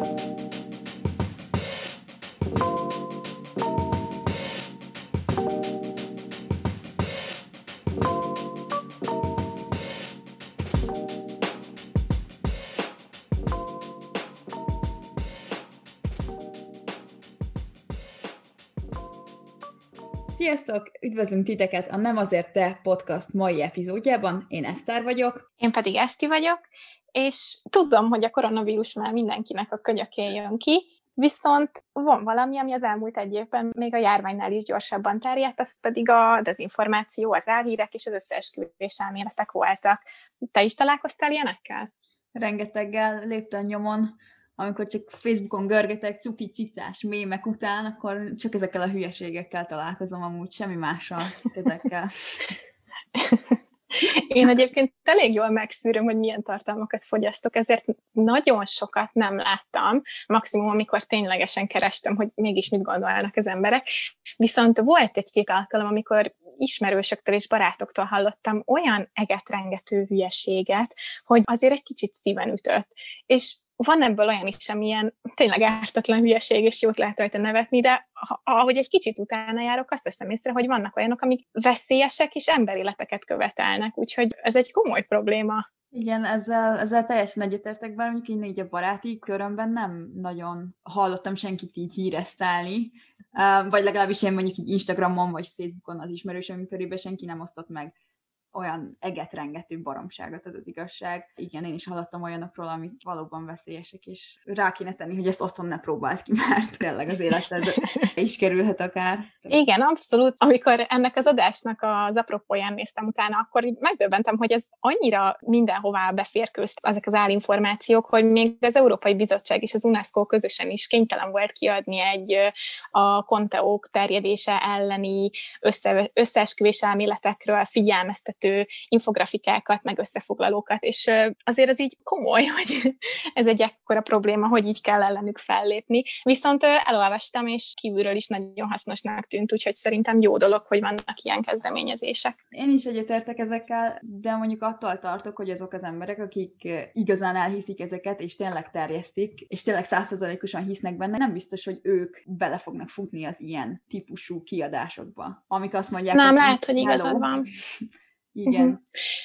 Sziasztok! Üdvözlünk titeket a Nem azért te podcast mai epizódjában. Én Eszter vagyok. Én pedig Eszti vagyok, és tudom, hogy a koronavírus már mindenkinek a könyökén jön ki, viszont van valami, ami az elmúlt egy évben még a járványnál is gyorsabban terjedt, az pedig a dezinformáció, az álhírek és az összeesküvés elméletek voltak. Te is találkoztál ilyenekkel? Rengeteggel lépten nyomon, amikor csak Facebookon görgetek cuki cicás mémek után, akkor csak ezekkel a hülyeségekkel találkozom amúgy, semmi mással, ezekkel. Én egyébként elég jól megszűröm, hogy milyen tartalmakat fogyasztok, ezért nagyon sokat nem láttam, maximum amikor ténylegesen kerestem, hogy mégis mit gondolnak az emberek. Viszont volt egy-két alkalom, amikor ismerősöktől és barátoktól hallottam olyan egetrengető hülyeséget, hogy azért egy kicsit szíven ütött. És van ebből olyan is, amilyen tényleg ártatlan hülyeség, és jót lehet rajta nevetni, de ahogy egy kicsit utána járok, azt veszem észre, hogy vannak olyanok, amik veszélyesek és emberéleteket követelnek, úgyhogy ez egy komoly probléma. Igen, ezzel teljesen egyetértek, bár mondjuk így a baráti körömben nem nagyon hallottam senkit így híresztelni, vagy legalábbis én mondjuk így Instagramon vagy Facebookon az ismerősöm körében senki nem osztott meg olyan egetrengető baromságot, az az igazság. Igen, én is hallottam olyanokról, amik valóban veszélyesek, és rá kéne tenni, hogy ezt otthon ne próbáld ki, mert tényleg az életed is kerülhet akár. Igen, abszolút. Amikor ennek az adásnak az apropóján néztem utána, akkor így megdöbbentem, hogy ez annyira mindenhová beférkőzt ezek az állinformációk, hogy még az Európai Bizottság és az UNESCO közösen is kénytelen volt kiadni egy a konteók terjedése elleni összeesküvés elméletekről figyelmeztető infografikákat, meg összefoglalókat, és azért ez így komoly, hogy ez egy ekkora probléma, hogy így kell ellenük fellépni. Viszont elolvastam, és kívülről is nagyon hasznosnak tűnt, úgyhogy szerintem jó dolog, hogy vannak ilyen kezdeményezések. Én is egyetértek ezekkel, de mondjuk attól tartok, hogy azok az emberek, akik igazán elhiszik ezeket, és tényleg terjesztik, és tényleg 100%-osan hisznek benne, nem biztos, hogy ők bele fognak futni az ilyen típusú kiadásokba. Amik azt mondják, nem, lehet, hogy igazad van. Igen.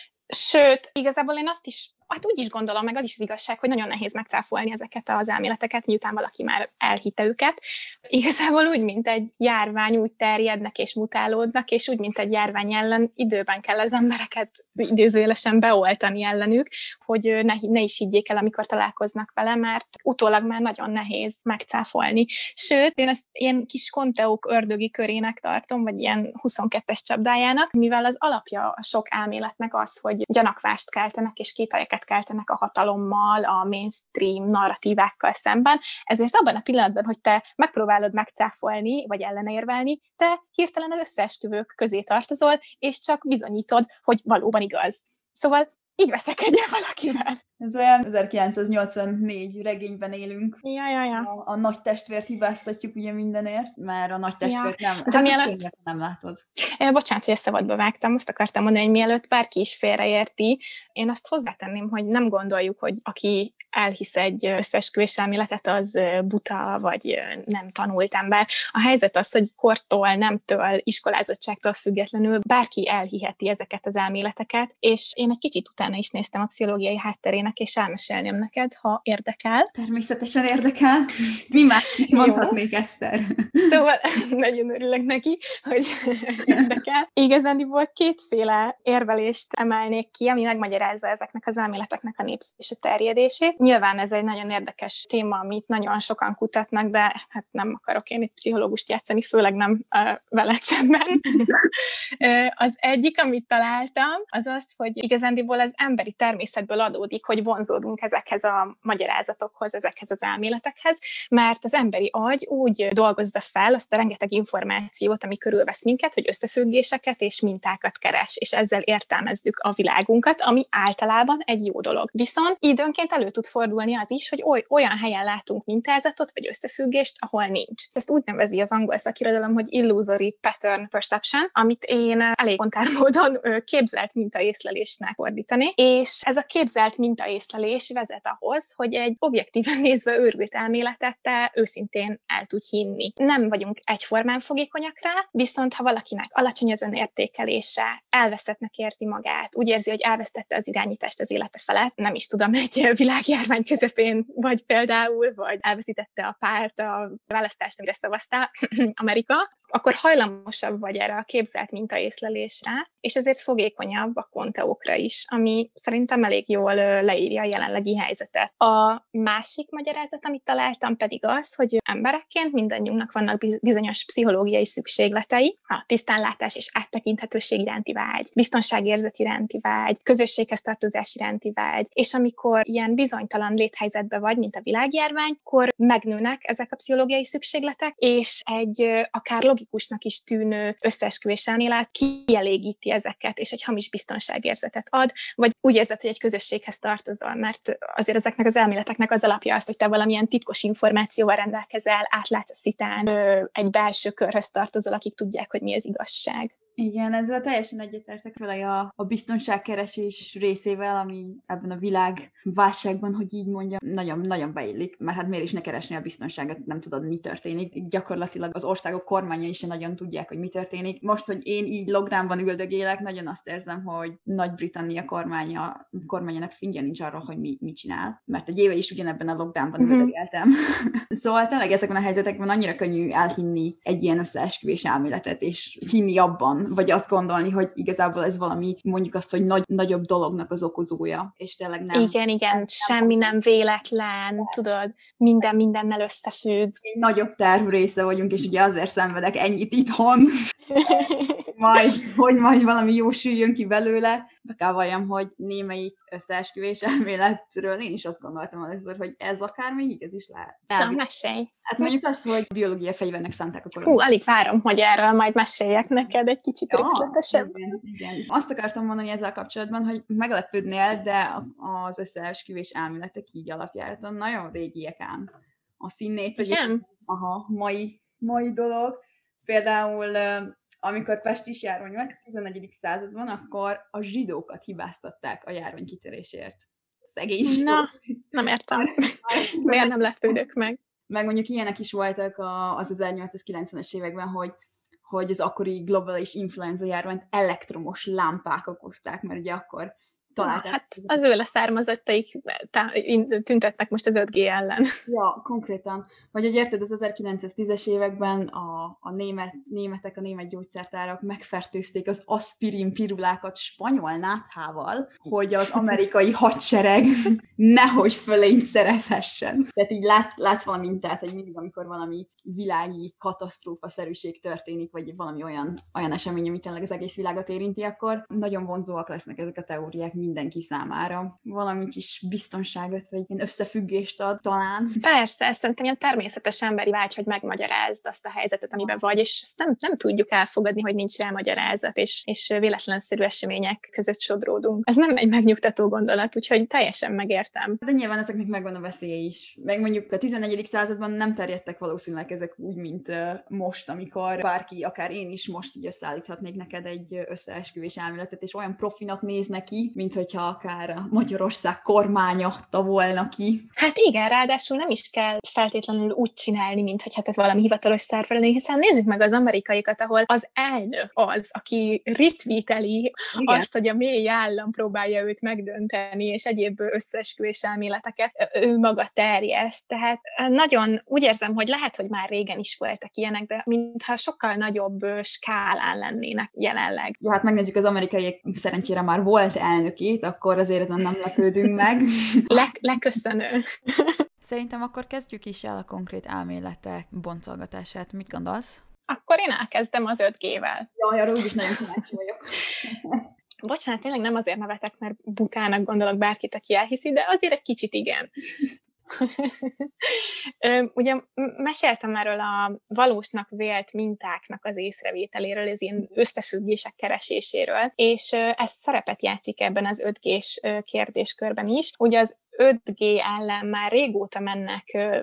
Sőt, igazából én azt is, hát úgy is gondolom, meg az is az igazság, hogy nagyon nehéz megcáfolni ezeket az elméleteket, miután valaki már elhitte őket. Igazából úgy, mint egy járvány, úgy terjednek és mutálódnak, és úgy, mint egy járvány ellen időben kell az embereket idézőjelesen beoltani ellenük, hogy ne is higgyék el, amikor találkoznak vele, mert utólag már nagyon nehéz megcáfolni. Sőt, én ezt ilyen kis konteók ördögi körének tartom, vagy ilyen 22-es csapdájának, mivel az alapja a sok elméletnek az, hogy gyanakvást keltenek és kételyeket keltenek a hatalommal, a mainstream narratívákkal szemben, ezért abban a pillanatban, hogy te megpróbálod megcáfolni, vagy ellenérvelni, te hirtelen az összeesküvők közé tartozol, és csak bizonyítod, hogy valóban igaz. Szóval így veszekedjen valakivel. Ez olyan 1984 regényben élünk. Ja. A nagy testvért hibáztatjuk ugye mindenért, mert a nagy testvért nem, de mielőtt nem látod. Bocsánat, hogy ezt szabadba vágtam, azt akartam mondani, hogy mielőtt bárki is félreérti, én azt hozzátenném, hogy nem gondoljuk, hogy aki elhisz egy összeesküvés elméletet, az buta, vagy nem tanult ember. A helyzet az, hogy kortól, nemtől, iskolázottságtól függetlenül bárki elhiheti ezeket az elméleteket, és én egy kicsit utána is néztem a pszichológiai hátterének, és elmesélném neked, ha érdekel. Természetesen érdekel. Mi más is mondhatnék, Eszter? Szóval nagyon örülök neki, hogy érdekel. Igazándiból kétféle érvelést emelnék ki, ami megmagyarázza ezeknek az elméleteknek a és a terjedését. Nyilván ez egy nagyon érdekes téma, amit nagyon sokan kutatnak, de hát nem akarok én itt pszichológust játszani, főleg nem veled szemben. Az egyik, amit találtam, az az, hogy igazándiból az emberi természetből adódik, hogy vonzódunk ezekhez a magyarázatokhoz, ezekhez az elméletekhez, mert az emberi agy úgy dolgozza fel azt a rengeteg információt, ami körülvesz minket, hogy összefüggéseket és mintákat keres, és ezzel értelmezzük a világunkat, ami általában egy jó dolog. Viszont időnként elő tud fordulni az is, hogy olyan helyen látunk mintázatot vagy összefüggést, ahol nincs. Ezt úgy nevezi az angol szakirodalom, hogy illusory pattern perception, amit én elég spontán módon képzelt mintaészlelésnek fordítanék. és ez a képzelt mintaészlelés vezet ahhoz, hogy egy objektíven nézve őrült elméletet te őszintén el tudj hinni. Nem vagyunk egyformán fogékonyak rá, viszont ha valakinek alacsony az önértékelése, elveszettnek érzi magát, úgy érzi, hogy elvesztette az irányítást az élete felett, nem is tudom, egy világjárvány közepén, vagy például, vagy elveszítette a párt, a választást, amire szavaztál, Amerika, akkor hajlamosabb vagy erre a képzelt mintaészlelésre, és ezért fogékonyabb a konteókra is, ami szerintem elég jól leírja a jelenlegi helyzetet. A másik magyarázat, amit találtam, pedig az, hogy emberekként mindannyiunknak vannak bizonyos pszichológiai szükségletei, a tisztánlátás és áttekinthetőség iránti vágy, biztonságérzet iránti vágy, közösséghez tartozás iránti vágy, és amikor ilyen bizonytalan léthelyzetben vagy, mint a világjárvány, akkor megnőnek ezek a pszichológiai szükségletek, és egy akár logikusnak is tűnő összeesküvés elmélet kielégíti ezeket, és egy hamis biztonságérzetet ad, vagy úgy érzed, hogy egy közösséghez tartozol, mert azért ezeknek az elméleteknek az alapja az, hogy te valamilyen titkos információval rendelkezel, átlátsz a szitán, egy belső körhöz tartozol, akik tudják, hogy mi az igazság. Igen, ezzel teljesen egyetértek vele a biztonságkeresés részével, ami ebben a világválságban, hogy így mondjam, nagyon beillik, mert hát miért is ne keresni a biztonságot, nem tudod, mi történik. Gyakorlatilag az országok kormányai sem nagyon tudják, hogy mi történik. Most, hogy én így lockdownban üldögélek, nagyon azt érzem, hogy Nagy-Britannia kormányának fingja nincs arról, hogy mit csinál, mert egy éve is ugyanebben a lockdownban üldögéltem. Szóval tényleg ezekben a helyzetekben annyira könnyű elhinni egy ilyen összeesküvés elméletet, és hinni abban, vagy azt gondolni, hogy igazából ez valami, mondjuk azt, hogy nagyobb dolognak az okozója, és tényleg nem. Igen, semmi nem véletlen, tudod, minden mindennel összefügg. Egy nagyobb terv része vagyunk, és ugye azért szenvedek ennyit itthon, hogy valami jó süljön ki belőle. Be kell valljam, hogy némelyik összeesküvés elméletről én is azt gondoltam először, hogy ez akár még igaz is lehet. Na, mesélj! Hát mondjuk azt, hogy biológiai fegyvernek szánták a koronát. Alig várom, hogy erről majd meséljek neked egy kicsit részletesebb. Igen. Azt akartam mondani ezzel kapcsolatban, hogy meglepődnél, de az összeesküvés elméletek így alapjáraton nagyon régiek ám. A színnét, hogy mai dolog. Például amikor pestis járvány volt, a 11. században, akkor a zsidókat hibáztatták a járvány kitörésért. Szegény zsidók. Na, nem értem. Miért nem lepődök meg? Meg mondjuk ilyenek is voltak az 1890-es években, hogy az akkori globális influenza járványt elektromos lámpák okozták, mert ugye akkor találták. Hát az ő leszármazottaik tüntetnek most az 5G ellen. Ja, konkrétan. Vagy hogy érted, az 1910-es években a német gyógyszertárak megfertőzték az aspirin pirulákat spanyol náthával, hogy az amerikai hadsereg nehogy fölényt szerezhessen. Tehát így látsz valami mintát, hogy mindig, amikor valami világi katasztrófa-szerűség történik, vagy valami olyan esemény, ami tényleg az egész világot érinti, akkor nagyon vonzóak lesznek ezek a teóriák mindenki számára. Valami kis biztonságot, vagy ilyen összefüggést ad talán. Persze, ez szerintem ilyen természetes emberi vágy, hogy megmagyarázd azt a helyzetet, amiben vagy, és ezt nem tudjuk elfogadni, hogy nincs rá magyarázat, és véletlenszerű események között sodródunk. Ez nem egy megnyugtató gondolat, úgyhogy teljesen megértem. De nyilván ezeknek megvan a veszélye is. Meg mondjuk a 14. században nem terjedtek valószínűleg ezek úgy, mint most, amikor bárki, akár én is most így összeállíthatnék neked egy összeesküvés elméletet, és olyan profinak néz neki, mint hogyha akár a Magyarország kormánya adta volna ki. Hát igen, ráadásul nem is kell feltétlenül úgy csinálni, mint hogyha te valami hivatalos szervre lenni, hiszen nézzük meg az amerikaiakat, ahol az elnök az, aki retweeteli azt, hogy a mély állam próbálja őt megdönteni, és egyéb összeesküvés elméleteket ő maga terjeszt. Tehát nagyon úgy érzem, hogy lehet, hogy már régen is voltak ilyenek, de mintha sokkal nagyobb skálán lennének jelenleg. Ja, hát megnézzük az amerikaiak, szerencsére már volt elnökét, akkor azért ezen nem lepődünk meg. Leköszönő. Szerintem akkor kezdjük is el a konkrét elméletek boncolgatását. Mit gondolsz? Akkor én elkezdem az 5G-vel. Jaj, arra úgyis nagyon kíváncsi vagyok. Bocsánat, tényleg nem azért nevetek, mert butának gondolok bárkit, aki elhiszi, de azért egy kicsit igen. Ugye meséltem erről a valósnak vélt mintáknak az észrevételéről, az ilyen összefüggések kereséséről, és ez szerepet játszik ebben az 5G-s kérdéskörben is. Ugye az 5G ellen már régóta mennek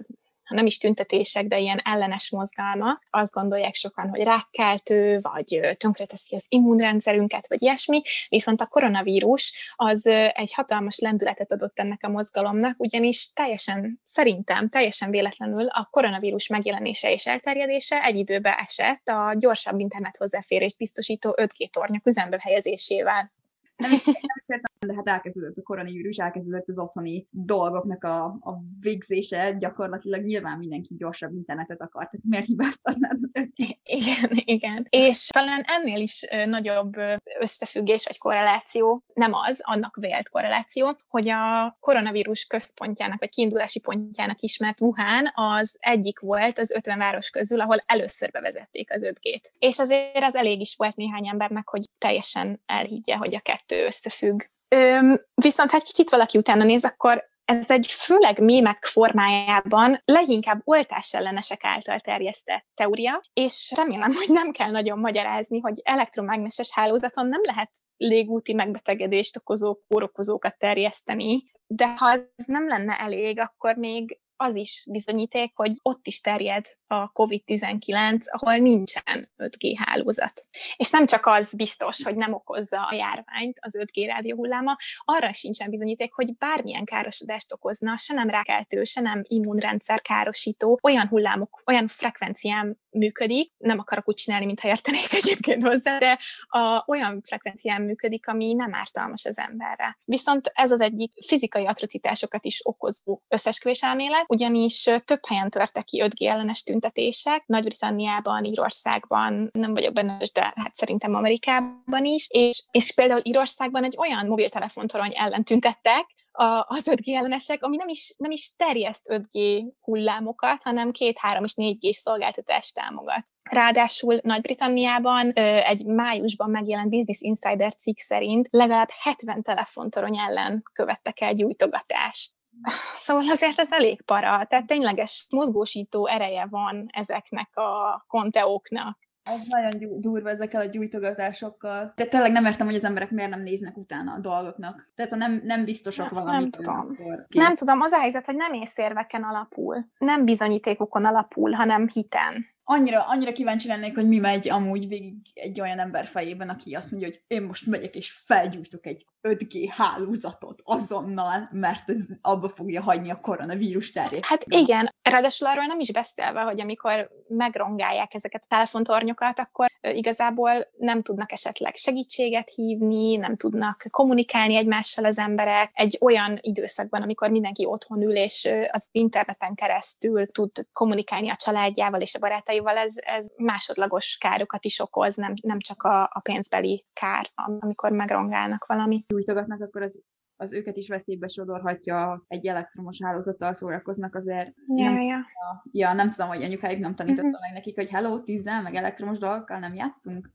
nem is tüntetések, de ilyen ellenes mozgalmak. Azt gondolják sokan, hogy rákkeltő, vagy tönkreteszi az immunrendszerünket, vagy ilyesmi, viszont a koronavírus az egy hatalmas lendületet adott ennek a mozgalomnak, ugyanis szerintem teljesen véletlenül a koronavírus megjelenése és elterjedése egy időbe esett a gyorsabb internet hozzáférést biztosító 5G tornyok üzembe helyezésével. Nem is értem, de hát elkezdődött a koronavírus, elkezdődött az otthoni dolgoknak a végzése, gyakorlatilag nyilván mindenki gyorsabb internetet akart, tehát miért hibáztatnád az őket? Igen. És talán ennél is nagyobb összefüggés vagy korreláció, nem az, annak vélt korreláció, hogy a koronavírus központjának vagy kiindulási pontjának ismert Wuhan az egyik volt az 50 város közül, ahol először bevezették az 5G-t. És azért az elég is volt néhány embernek, hogy teljesen elhiggye, hogy a kettő összefügg. Viszont ha egy kicsit valaki utána néz, akkor ez egy főleg mémek formájában leginkább oltásellenesek által terjesztett teória, és remélem, hogy nem kell nagyon magyarázni, hogy elektromágneses hálózaton nem lehet légúti megbetegedést okozó kórokozókat terjeszteni, de ha ez nem lenne elég, akkor még az is bizonyíték, hogy ott is terjed a COVID-19, ahol nincsen 5G hálózat. És nem csak az biztos, hogy nem okozza a járványt az 5G rádióhulláma, arra sincsen bizonyíték, hogy bármilyen károsodást okozna, se nem rákeltő, se nem immunrendszer károsító, olyan hullámok, olyan frekvencián működik, nem akarok úgy csinálni, mintha értenék egyébként hozzá, de olyan frekvencián működik, ami nem ártalmas az emberre. Viszont ez az egyik fizikai atrocitásokat is okozó összeesküvés elmélet, ugyanis több helyen törtek ki 5G ellenes tüntetések, Nagy-Britanniában, Írországban, nem vagyok benne, de hát szerintem Amerikában is, és például Írországban egy olyan mobiltelefontorony ellen tüntettek, az 5G ellenesek, ami nem is terjeszt 5G hullámokat, hanem 2, 3 és 4G szolgáltatást támogat. Ráadásul Nagy-Britanniában egy májusban megjelent Business Insider cikk szerint legalább 70 telefontorony ellen követtek el gyújtogatást. Szóval azért ez elég para, tehát tényleges mozgósító ereje van ezeknek a konteóknak. Ez nagyon durva ezekkel a gyújtogatásokkal. De tényleg nem értem, hogy az emberek miért nem néznek utána a dolgoknak. Tehát ha nem biztosak valamit. Nem tudom. Nem tudom, az a helyzet, hogy nem észérveken alapul. Nem bizonyítékokon alapul, hanem hiten. Annyira kíváncsi lennék, hogy mi megy amúgy végig egy olyan ember fejében, aki azt mondja, hogy én most megyek és felgyújtok egy 5G hálózatot azonnal, mert ez abba fogja hagyni a koronavírus terjét. Hát igen, ráadásul arról nem is beszélve, hogy amikor megrongálják ezeket a telefontornyokat, akkor igazából nem tudnak esetleg segítséget hívni, nem tudnak kommunikálni egymással az emberek egy olyan időszakban, amikor mindenki otthon ül, és az interneten keresztül tud kommunikálni a családjával és a barátaival, ez másodlagos károkat is okoz, nem csak a pénzbeli kár, amikor megrongálnak valami. Gyújtogatnak, akkor az őket is veszélybe sodorhatja, egy elektromos hálózattal szórakoznak azért. Nem tudom, hogy anyukájuk nem tanította meg nekik, hogy hello, tűzzel, meg elektromos dolgokkal nem játszunk.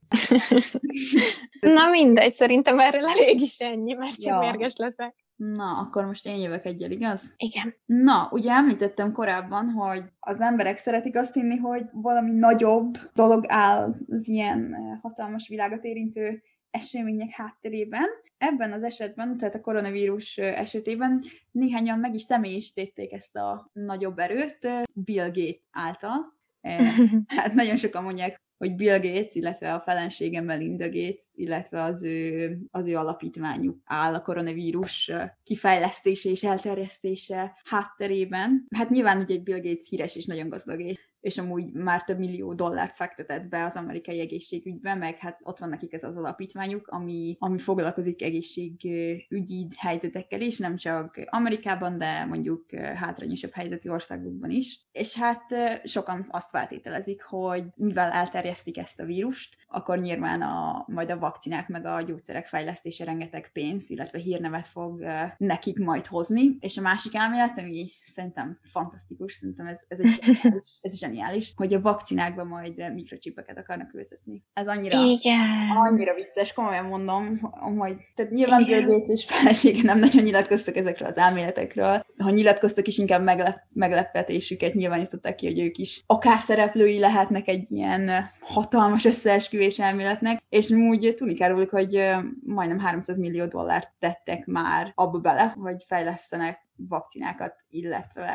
Na mindegy, szerintem erről elég is ennyi, mert csak mérges leszek. Na, akkor most én jövök egyel, igaz? Igen. Na, ugye említettem korábban, hogy az emberek szeretik azt hinni, hogy valami nagyobb dolog áll az ilyen hatalmas világot érintő események hátterében. Ebben az esetben, tehát a koronavírus esetében néhányan meg is személyisítették ezt a nagyobb erőt Bill Gates által. Hát nagyon sokan mondják, hogy Bill Gates, illetve a felesége Melinda Gates, illetve az ő alapítványuk áll a koronavírus kifejlesztése és elterjesztése hátterében. Hát nyilván ugye Bill Gates híres és nagyon gazdag, és amúgy már több millió dollárt fektetett be az amerikai egészségügybe, meg hát ott van nekik ez az alapítványuk, ami foglalkozik egészségügyi helyzetekkel is, nem csak Amerikában, de mondjuk hátrányosabb helyzetű országokban is. És hát sokan azt feltételezik, hogy mivel elterjesztik ezt a vírust, akkor nyilván majd a vakcinák meg a gyógyszerek fejlesztése rengeteg pénzt, illetve hírnevet fog nekik majd hozni. És a másik elmélet, ami szerintem fantasztikus, szerintem ez egy zseniális, hogy a vakcinákban majd mikrocsipeket akarnak ültetni. Ez annyira vicces, komolyan mondom, hogy tehát nyilván Bill Gates és felesége nem nagyon nyilatkoztak ezekről az elméletekről. Ha nyilatkoztak is, inkább meglepetésüket nyilvánították ki, hogy ők is akár szereplői lehetnek egy ilyen hatalmas összeesküvés elméletnek, és úgy tudni kell róluk, hogy majdnem $300 millió tettek már abba bele, hogy fejlesztenek vakcinákat, illetve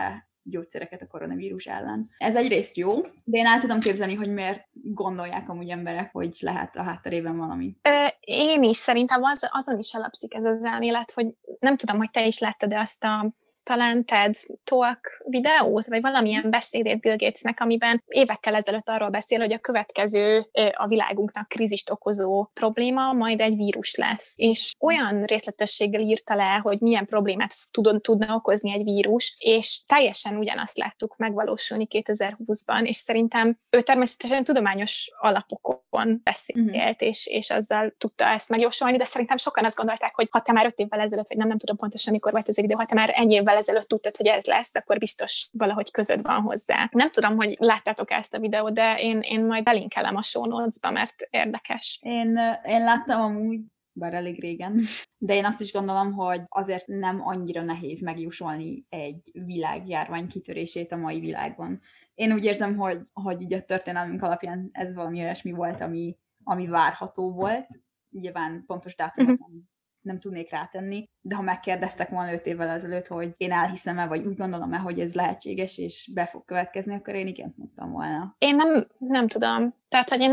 gyógyszereket a koronavírus ellen. Ez egyrészt jó, de én el tudom képzelni, hogy miért gondolják amúgy emberek, hogy lehet a hátterében valami. Én is szerintem azon is alapszik ez az elmélet, hogy nem tudom, hogy te is láttad azt a talán TED Talk videót, vagy valamilyen beszédét Bill Gatesnek, amiben évekkel ezelőtt arról beszél, hogy a következő a világunknak krízist okozó probléma majd egy vírus lesz. És olyan részletességgel írta le, hogy milyen problémát tudna okozni egy vírus, és teljesen ugyanazt láttuk megvalósulni 2020-ban, és szerintem ő természetesen tudományos alapokon beszélt, és azzal tudta ezt megjósolni, de szerintem sokan azt gondolták, hogy ha te már 5 évvel ezelőtt, vagy nem tudom pontosan mikor volt ez a videó, ha te már ennyi évvel ezelőtt tudtad, hogy ez lesz, akkor biztos valahogy közöd van hozzá. Nem tudom, hogy láttátok ezt a videót, de én majd belinkelem a show notes-ba, mert érdekes. Én láttam amúgy, bár elég régen, de én azt is gondolom, hogy azért nem annyira nehéz megjósolni egy világjárvány kitörését a mai világban. Én úgy érzem, hogy így a történelmünk alapján ez valami olyasmi volt, ami várható volt. Nyilván pontos dátumot nem tudnék rátenni, de ha megkérdeztek volna 5 évvel ezelőtt, hogy én elhiszem-e, vagy úgy gondolom-e, hogy ez lehetséges, és be fog következni, akkor én igent mondtam volna. Én nem tudom. Tehát, hogy én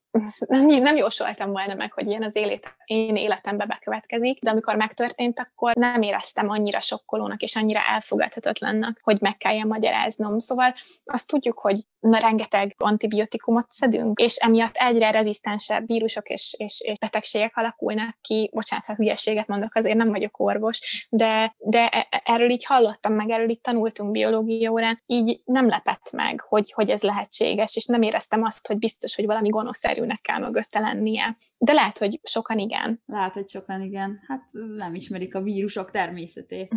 nem jósoltam volna meg, hogy ilyen az én életembe bekövetkezik, de amikor megtörtént, akkor nem éreztem annyira sokkolónak és annyira elfogadhatatlannak, hogy meg kelljen magyaráznom. Szóval azt tudjuk, hogy rengeteg antibiotikumot szedünk, és emiatt egyre rezisztensebb vírusok és betegségek alakulnak ki. Bocsánat, ha hülyeséget mondok, azért nem vagyok orvos, de erről így hallottam meg, erről így tanultunk biológia órán, így nem lepett meg, hogy ez lehetséges, és nem éreztem azt, hogy biztos, hogy valami gonoszszerűnek kell mögötte lennie. De lehet, hogy sokan igen. Lehet, hogy sokan igen. Hát nem ismerik a vírusok természetét.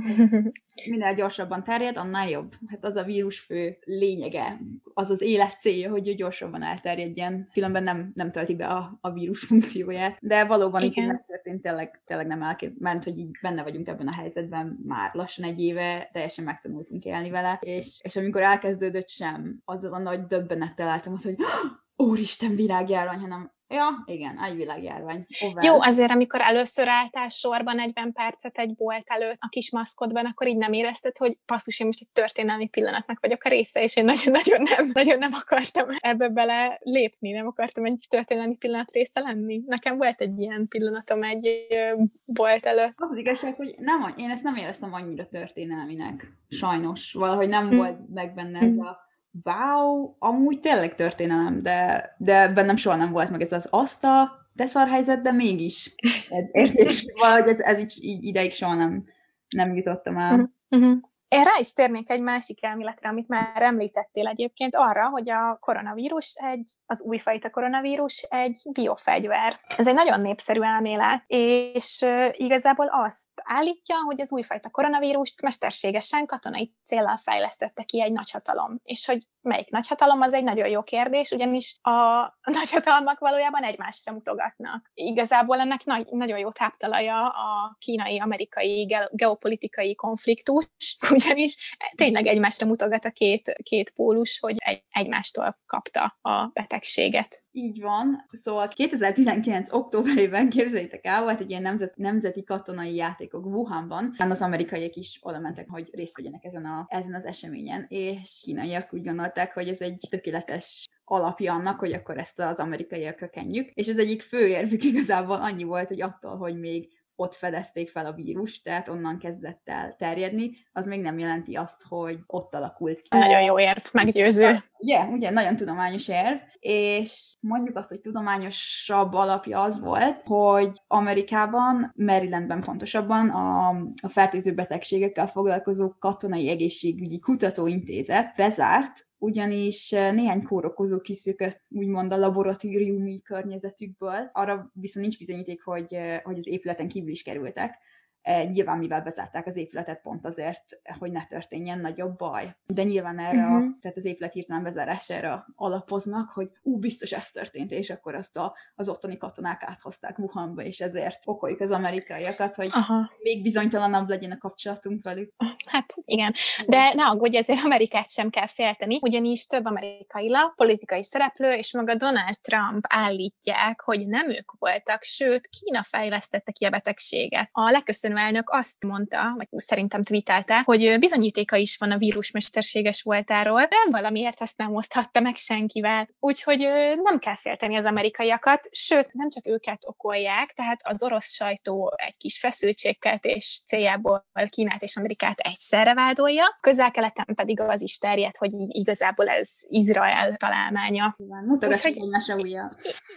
Minél gyorsabban terjed, annál jobb. Hát az a vírus fő lényege, az az élet célja, hogy gyorsabban elterjedjen. Különben nem tölti be a vírus funkcióját. De valóban így megtörtént, tényleg nem mert hogy így benne vagyunk ebben a helyzetben már lassan 1 éve, teljesen megtanultunk élni vele. És amikor elkezdődött sem, azzal a nagy döbbenettel álltam azt, hogy úristen, világjárvány, hanem ja, igen, egy világjárvány. Jó, azért amikor először álltál sorban 40 percet egy bolt előtt a kis maszkodban, akkor így nem érezted, hogy basszus, én most egy történelmi pillanatnak vagyok a része, és én nagyon nem akartam ebbe bele lépni, nem akartam egy történelmi pillanat része lenni. Nekem volt egy ilyen pillanatom egy bolt előtt. Az igazság, hogy én ezt nem éreztem annyira történelminek. Sajnos. Valahogy nem volt meg benne ez a wow, amúgy tényleg történelem, de bennem soha nem volt meg ez az de szar helyzet, de mégis érzés, valahogy ez így ideig soha nem jutottam el. Én rá is térnék egy másik elméletre, amit már említettél egyébként, arra, hogy a koronavírus az újfajta koronavírus egy biofegyver. Ez egy nagyon népszerű elmélet, és igazából azt állítja, hogy az újfajta koronavírust mesterségesen katonai céllal fejlesztette ki egy nagyhatalom. És hogy melyik nagyhatalom, az egy nagyon jó kérdés, ugyanis a nagyhatalmak valójában egymásra mutogatnak. Igazából ennek nagyon jó táptalaja a kínai-amerikai geopolitikai konfliktus, ugyanis tényleg egymásra mutogat a két pólus, hogy egymástól kapta a betegséget. Így van. Szóval 2019. októberében, képzeljétek el, volt egy ilyen nemzeti katonai játékok Wuhanban. Az amerikaiak is oda mentek, hogy részt vegyenek ezen az eseményen, és kínaiak úgy gondolták, hogy ez egy tökéletes alapja annak, hogy akkor ezt az amerikaiakra kenjük. És az egyik fő érvük igazából annyi volt, hogy attól, hogy még ott fedezték fel a vírust, tehát onnan kezdett el terjedni, az még nem jelenti azt, hogy ott alakult ki. Nagyon jó érv, meggyőző. Ugye, nagyon tudományos érv, és mondjuk azt, hogy tudományosabb alapja az volt, hogy Amerikában, Marylandben pontosabban a fertőző betegségekkel foglalkozó katonai egészségügyi kutatóintézet bezárt, ugyanis néhány kórokozó kiszökött úgymond a laboratóriumi környezetükből. Arra viszont nincs bizonyíték, hogy az épületen kívül is kerültek. Nyilván mivel bezárták az épületet pont azért, hogy ne történjen nagyobb baj. De nyilván erre, tehát az épület hirtelen bezárására alapoznak, hogy biztos ez történt, és akkor azt az ottani katonák áthozták Wuhanba, és ezért okoljuk az amerikaiakat, hogy még bizonytalanabb legyen a kapcsolatunk velük. Hát igen, de ne aggódj, ezért Amerikát sem kell félteni, ugyanis több amerikai politikai szereplő és maga Donald Trump állítják, hogy nem ők voltak, sőt, Kína fejlesztette ki a betegséget. A legköszönhetőbb elnök azt mondta, vagy szerintem tweetelte, hogy bizonyítéka is van a vírus mesterséges voltáról, de valamiért ezt nem oszthatta meg senkivel. Úgyhogy nem kell félteni az amerikaiakat, sőt, nem csak őket okolják, tehát az orosz sajtó egy kis feszültségkeltés céljából Kínát és Amerikát egyszerre vádolja, Közel-Keleten pedig az is terjed, hogy igazából ez Izrael találmánya. Mutogassuk egymásra ujjal.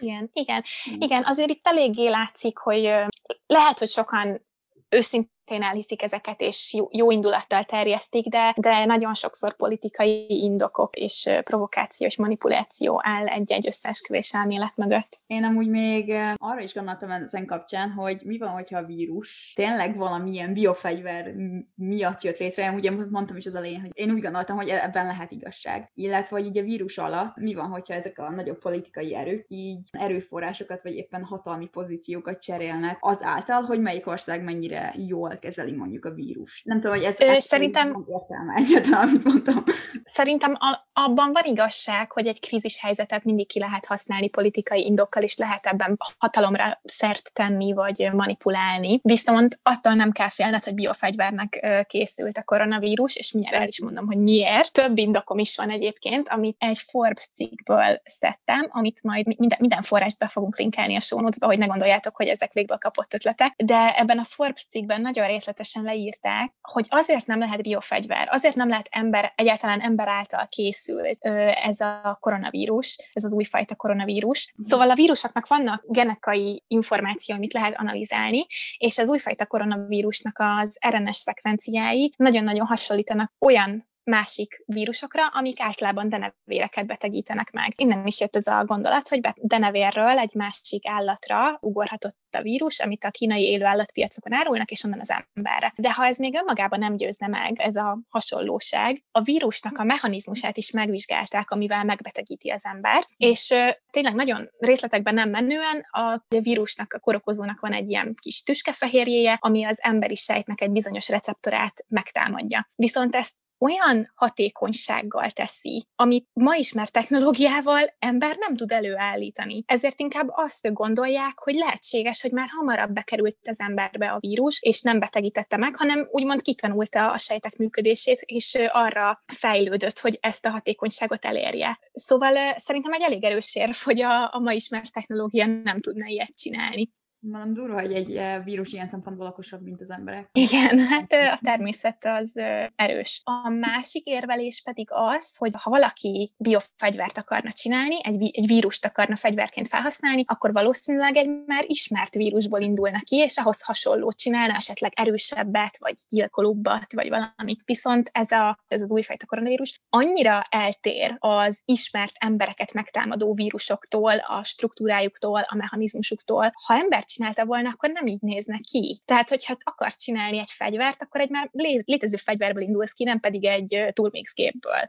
Igen, azért itt eléggé látszik, hogy lehet, hogy sokan őszintén elhiszik ezeket, és jó indulattal terjesztik, de nagyon sokszor politikai indokok és provokáció és manipuláció áll egy-egy összeesküvés elmélet mögött. Én amúgy még arra is gondoltam ezen kapcsán, hogy mi van, hogyha a vírus tényleg valamilyen biofegyver miatt jött létre. Én ugye mondtam is az elején, hogy én úgy gondoltam, hogy ebben lehet igazság. Illetve, hogy így a vírus alatt mi van, hogyha ezek a nagyobb politikai erők így erőforrásokat, vagy éppen hatalmi pozíciókat cserélnek azáltal, hogy melyik ország mennyire jól kezeli mondjuk a vírus. Nem tudom, hogy ez szerintem értelme egyáltalán, amit mondtam. Szerintem abban van igazság, hogy egy krízis helyzetet mindig ki lehet használni politikai indokkal, és lehet ebben hatalomra szert tenni, vagy manipulálni. Viszont attól nem kell félned, hogy biofegyvernek készült a koronavírus, és mindjárt el is mondom, hogy miért. Több indokom is van egyébként, amit egy Forbes cikkből szedtem, amit majd minden forrást be fogunk linkelni a show notes-ba, hogy ne gondoljátok, hogy ezek légből kapott ötletek. De ebben a Forbes cikkben nagyon részletesen leírták, hogy azért nem lehet biofegyver, azért nem lehet egyáltalán ember által készült ez a koronavírus, ez az újfajta koronavírus. Szóval a vírusoknak vannak genetikai információ, amit lehet analizálni, és az újfajta koronavírusnak az RNS szekvenciái nagyon-nagyon hasonlítanak olyan másik vírusokra, amik általában denevéreket betegítenek meg. Innen is jött ez a gondolat, hogy denevérről egy másik állatra ugorhatott a vírus, amit a kínai élő állatpiacokon árulnak, és onnan az emberre. De ha ez még önmagában nem győzne meg, ez a hasonlóság, a vírusnak a mechanizmusát is megvizsgálták, amivel megbetegíti az embert, és tényleg nagyon részletekben nem menően a vírusnak, a kórokozónak van egy ilyen kis tüskefehérjéje, ami az emberi sejtnek egy bizonyos receptorát megtámadja. Viszont ezt olyan hatékonysággal teszi, amit ma ismert technológiával ember nem tud előállítani. Ezért inkább azt gondolják, hogy lehetséges, hogy már hamarabb bekerült az emberbe a vírus, és nem betegítette meg, hanem úgymond kitanulta a sejtek működését, és arra fejlődött, hogy ezt a hatékonyságot elérje. Szóval szerintem egy elég erős érv, hogy a ma ismert technológia nem tudna ilyet csinálni. Mondom, durva, hogy egy vírus ilyen szempontból okosabb, mint az emberek. Igen, hát a természet az erős. A másik érvelés pedig az, hogy ha valaki biofegyvert akarna csinálni, egy vírust akarna fegyverként felhasználni, akkor valószínűleg egy már ismert vírusból indulna ki, és ahhoz hasonlót csinálna, esetleg erősebbet, vagy gyilkolóbbat, vagy valamit. Viszont ez az újfajta koronavírus annyira eltér az ismert embereket megtámadó vírusoktól, a struktúrájuktól, a mechanizmusuktól. Ha embert csinálta volna, akkor nem így nézne ki. Tehát, hogyha akarsz csinálni egy fegyvert, akkor egy már létező fegyverből indulsz ki, nem pedig egy Turmix gépből.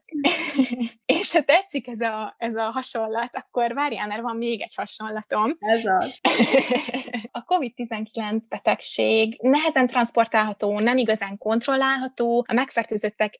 És ha tetszik ez a hasonlat, akkor várjál, mert van még egy hasonlatom. Ez az. A COVID-19 betegség nehezen transportálható, nem igazán kontrollálható, a megfertőzöttek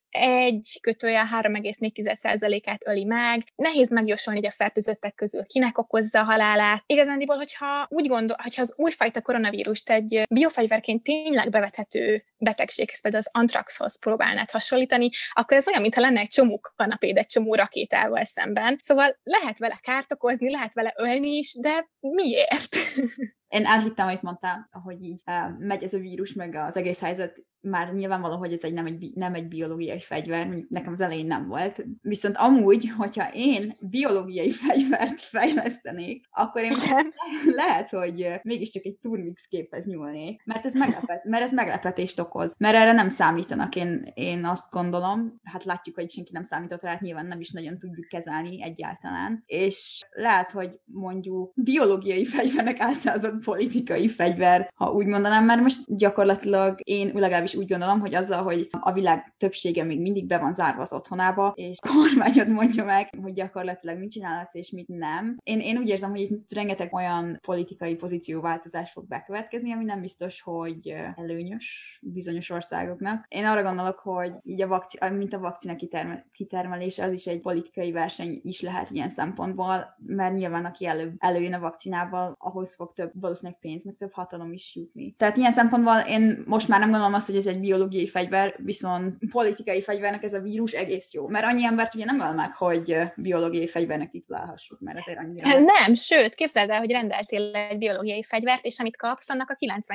1/3,4%-át öli meg, nehéz megjósolni, hogy a fertőzöttek közül kinek okozza a halálát. Igazándiból, hogyha az újfajta koronavírust egy biofegyverként tényleg bevethető betegséghez, például az antraxhoz próbálnád hasonlítani, akkor ez olyan, mintha lenne egy csomó kanapéd, egy csomó rakétával szemben. Szóval lehet vele kárt okozni, lehet vele ölni is, de miért? Én áthittem, amit mondtál, ahogy így megy ez a vírus, meg az egész helyzet, már nyilvánvaló, hogy ez nem egy biológiai fegyver, mondjuk nekem az elején nem volt. Viszont amúgy, hogyha én biológiai fegyvert fejlesztenék, akkor én lehet, hogy mégiscsak egy Turmix géphez nyúlnék, mert ez meglepetést okoz. Mert erre nem számítanak, én azt gondolom. Hát látjuk, hogy senki nem számított rá, hát nyilván nem is nagyon tudjuk kezelni egyáltalán. És lehet, hogy mondjuk biológiai fegyvernek álcázott politikai fegyver, ha úgy mondanám, mert most gyakorlatilag én legalábbis is úgy gondolom, hogy azzal, hogy a világ többsége még mindig be van zárva az otthonába, és a kormányod mondja meg, hogy gyakorlatilag mit csinálhatsz és mit nem. Én úgy érzem, hogy itt rengeteg olyan politikai pozícióváltozás fog bekövetkezni, ami nem biztos, hogy előnyös bizonyos országoknak. Én arra gondolok, hogy így mint a vakcina kitermelése, az is egy politikai verseny is lehet ilyen szempontból, mert nyilván aki előjön a vakcinával, ahhoz fog több valószínűleg pénz, meg több hatalom is jutni. Tehát ilyen szempontból én most már nem gondolom azt, hogy ez egy biológiai fegyver, viszont politikai fegyvernek ez a vírus egész jó. Mert annyi embert ugye nem öl meg, hogy biológiai fegyvernek titulálhassuk, mert azért annyira... Nem, sőt, képzeld el, hogy rendeltél egy biológiai fegyvert, és amit kapsz, annak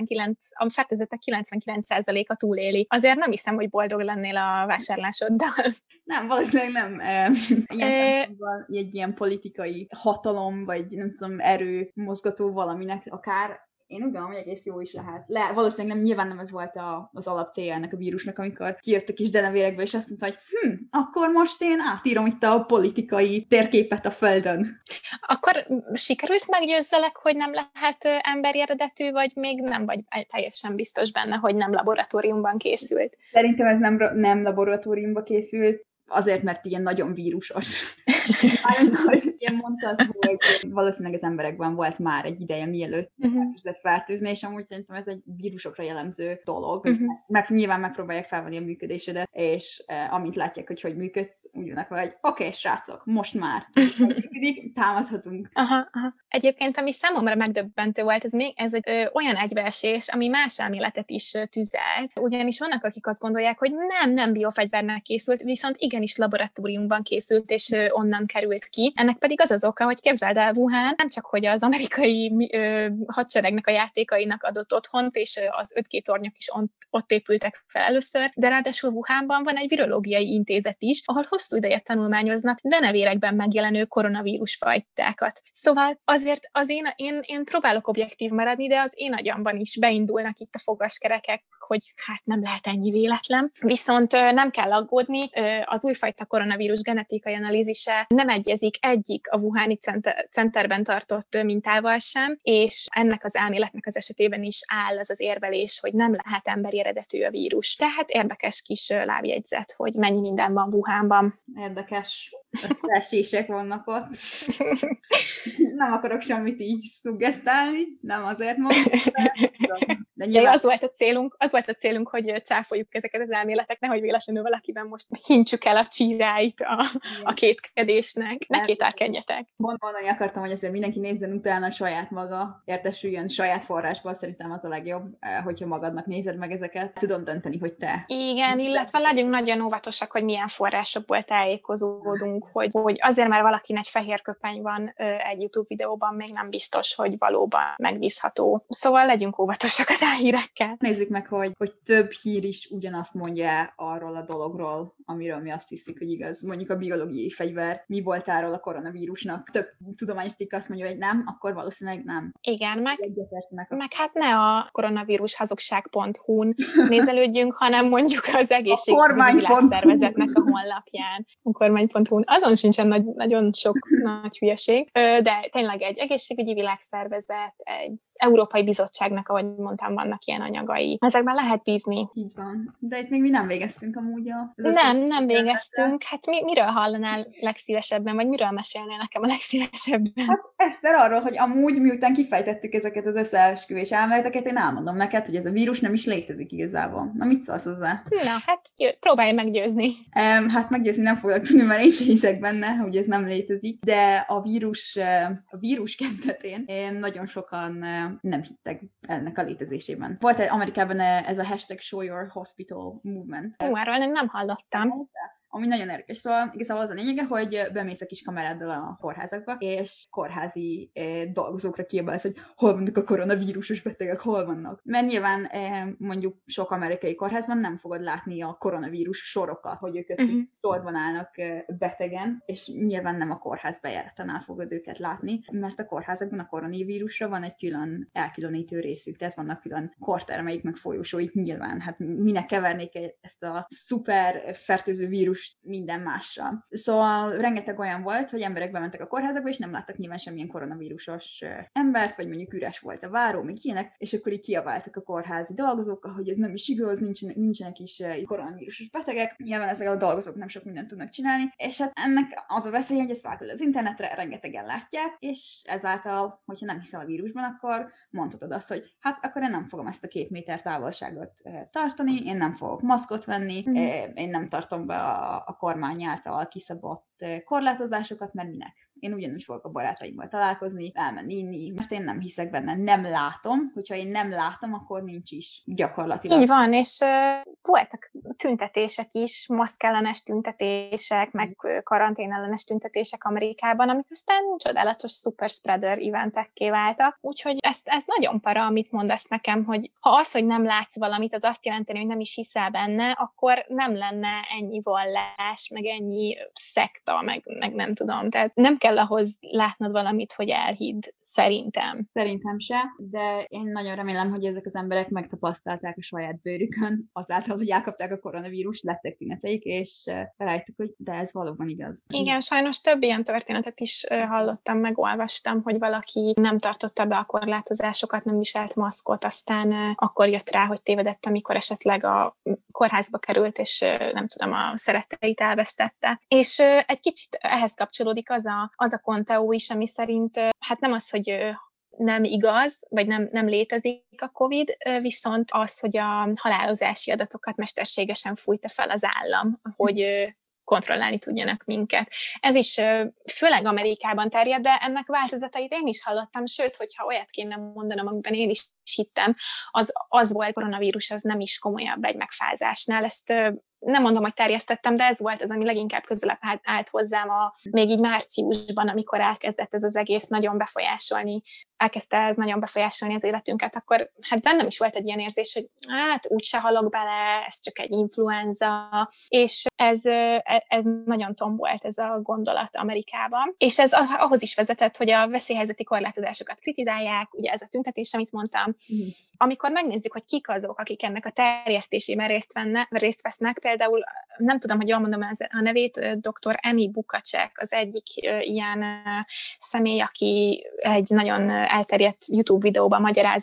a fertőzöttek 99%-a túléli. Azért nem hiszem, hogy boldog lennél a vásárlásoddal. Nem, valószínűleg nem. Ilyen szempontból egy ilyen politikai hatalom, vagy nem tudom, erő mozgató valaminek akár, én úgy gondolom, hogy egész jó is lehet. Valószínűleg nem, nyilván nem ez volt az alapcélja ennek a vírusnak, amikor kijött a kis denevérekből, és azt mondta, hogy akkor most én átírom itt a politikai térképet a földön. Akkor sikerült meggyőzzelek, hogy nem lehet emberi eredetű, vagy még nem vagy teljesen biztos benne, hogy nem laboratóriumban készült? Szerintem ez nem laboratóriumban készült, azért, mert ilyen nagyon vírusos. Hogy ilyen mondtad, hogy valószínűleg az emberekben volt már egy ideje, mielőtt elkezdett fertőzni, és amúgy szerintem ez egy vírusokra jellemző dolog. Nyilván megpróbálják felvenni a működésedet, és amint látják, hogy működsz, úgy vannak vele, hogy oké, srácok, most már működik, támadhatunk. Aha. Egyébként, ami számomra megdöbbentő volt, ez egy olyan egybeesés, ami más elméletet is tüzel. Ugyanis vannak, akik azt gondolják, hogy nem biofegyvernek készült, viszont igenis laboratóriumban készült, és onnan került ki. Ennek pedig az az oka, hogy képzeld el, Wuhan nem csak, hogy az amerikai hadseregnek a játékainak adott otthont, és az 5G tornyok is ott épültek fel először, de ráadásul Wuhanban van egy virológiai intézet is, ahol hosszú ideje tanulmányoznak denevérekben megjelenő koronavírus fajtákat. Szóval azért én próbálok objektív maradni, de az én agyamban is beindulnak itt a fogaskerekek, hogy hát nem lehet ennyi véletlen. Viszont nem kell aggódni, az újfajta koronavírus genetikai analízise nem egyezik egyik a Wuhani centerben tartott mintával sem, és ennek az elméletnek az esetében is áll az érvelés, hogy nem lehet emberi eredetű a vírus. Tehát érdekes kis lábjegyzet, hogy mennyi minden van Wuhanban. Érdekes esések vannak ott. Nem akarok semmit így szuggesztálni, nem azért mondom, de nyilván... Az volt a célunk, hogy cáfoljuk ezeket az elméletek, nehogy véletlenül valakiben most hintsük el a csíráit a kétkedésnek. Ne kételkedjetek. Mondani akartam, hogy azért mindenki nézzen utána saját maga, értesüljön saját forrásból, szerintem az a legjobb, hogyha magadnak nézed meg ezeket. Tudom dönteni, hogy te. Igen, illetve legyünk nagyon óvatosak, hogy milyen forrásokból tájékozódunk, hogy azért, mert valakin egy fehér köpeny van egy YouTube videóban, még nem biztos, hogy valóban megbízható. Szóval legyünk óvatosak az álhírekkel. Nézzük meg, hogy több hír is ugyanazt mondja arról a dologról, amiről mi azt hiszik, hogy igaz. Mondjuk a biológiai fegyver mi voltáról a koronavírusnak. Több tudományos cikk azt mondja, hogy nem, akkor valószínűleg nem. Igen, meg hát ne a koronavírushazugság.hu-n nézelődjünk, hanem mondjuk az egészségügyi világszervezetnek a honlapján. A kormány.hu-n. Azon sincsen nagyon sok nagy hülyeség, de tényleg egy egészségügyi világszervezet, egy Európai Bizottságnak, ahogy mondtam, vannak ilyen anyagai. Ezekben lehet bízni. Így van. De itt még mi nem végeztünk amúgy Nem végeztünk. Hát miről hallanál legszívesebben, vagy miről mesélnél nekem a legszívesebben? Hát Eszter arról, hogy amúgy miután kifejtettük ezeket az összeesküvés elméleteket, én elmondom neked, hogy ez a vírus nem is létezik igazából. Na, mit szólsz hozzá? Na, hát próbálj meggyőzni. Hát meggyőzni nem fogok tudni, mert én sem hiszek benne, hogy ez nem létezik, de a vírus kezdetén nagyon sokan nem hittek ennek a létezésében. Volt Amerikában ez a #ShowYourHospital movement. Erről nem hallottam. Ami nagyon érdekes. Szóval igazából az a lényege, hogy bemész a kis kameráddal a kórházakba, és kórházi dolgozókra kiabálsz, hogy hol vannak a koronavírusos betegek, hol vannak. Mert nyilván mondjuk sok amerikai kórházban nem fogod látni a koronavírus sorokat, hogy ők sorban állnak betegen, és nyilván nem a kórház bejáratánál fogod őket látni, mert a kórházakban a koronavírusra van egy külön elkülönítő részük, tehát vannak külön kortermeik, meg folyosóik nyilván. Hát minek kevernék ezt a szuper fertőző vírus koronavírust minden másra. Szóval rengeteg olyan volt, hogy emberek bementek a kórházakba, és nem láttak nyilván semmilyen koronavírusos embert, vagy mondjuk üres volt a váró, még ilyenek, és akkor így kiabáltak a kórházi dolgozókkal, hogy ez nem is igaz, nincsenek is koronavírusos betegek. Nyilván ezek a dolgozók nem sok mindent tudnak csinálni, és hát ennek az a veszély, hogy ez felküld az internetre, rengetegen látják, és ezáltal, hogyha nem hiszel a vírusban, akkor mondhatod azt, hogy hát akkor én nem fogom ezt a 2 méter távolságot tartani, én nem fogok maszkot venni, én nem tartom be a kormány által kiszabott korlátozásokat, mert minek? Én ugyanúgy fogok a barátaimmal találkozni, elmenni inni, mert én nem hiszek benne, nem látom, hogyha én nem látom, akkor nincs is gyakorlatilag. Így van, és voltak tüntetések is, maszkellenes tüntetések, meg karanténellenes tüntetések Amerikában, amik aztán csodálatos super spreader eventekké váltak. Úgyhogy ez nagyon para, amit mondasz nekem, hogy ha az, hogy nem látsz valamit, az azt jelenti, hogy nem is hiszel benne, akkor nem lenne ennyi vallás, meg ennyi szekta, meg nem tudom. Tehát nem kell ahhoz látnod valamit, hogy elhidd, szerintem. Szerintem se, de én nagyon remélem, hogy ezek az emberek megtapasztalták a saját bőrükön, azáltal, hogy elkapták a koronavírust, lettek tüneteik, és rájöttek, hogy de ez valóban igaz. Igen, sajnos több ilyen történetet is hallottam, megolvastam, hogy valaki nem tartotta be a korlátozásokat, nem viselt maszkot, aztán akkor jött rá, hogy tévedett, amikor esetleg a kórházba került, és nem tudom, a szeretteit elvesztette. És egy kicsit ehhez kapcsolódik az a konteó is, ami szerint hát nem az, hogy nem igaz, vagy nem létezik a COVID, viszont az, hogy a halálozási adatokat mesterségesen fújta fel az állam, hogy kontrollálni tudjanak minket. Ez is főleg Amerikában terjed, de ennek változatait én is hallottam, sőt, hogyha olyat kéne mondanom, amiben én is hittem, az volt, koronavírus az nem is komolyabb egy megfázásnál. Ezt nem mondom, hogy terjesztettem, de ez volt az, ami leginkább közelebb állt hozzám még így márciusban, amikor elkezdett ez az egész elkezdte ez nagyon befolyásolni az életünket, akkor hát bennem is volt egy ilyen érzés, hogy hát úgyse halok bele, ez csak egy influenza, és ez nagyon tombolt ez a gondolat Amerikában. És ez ahhoz is vezetett, hogy a veszélyhelyzeti korlátozásokat kritizálják, ugye ez a tüntetés, amit mondtam. Amikor megnézzük, hogy kik azok, akik ennek a terjesztésében részt vesznek, például nem tudom, hogy jól mondom a nevét, dr. Annie Bukacek az egyik ilyen személy, aki egy nagyon elterjedt YouTube videóban magyaráz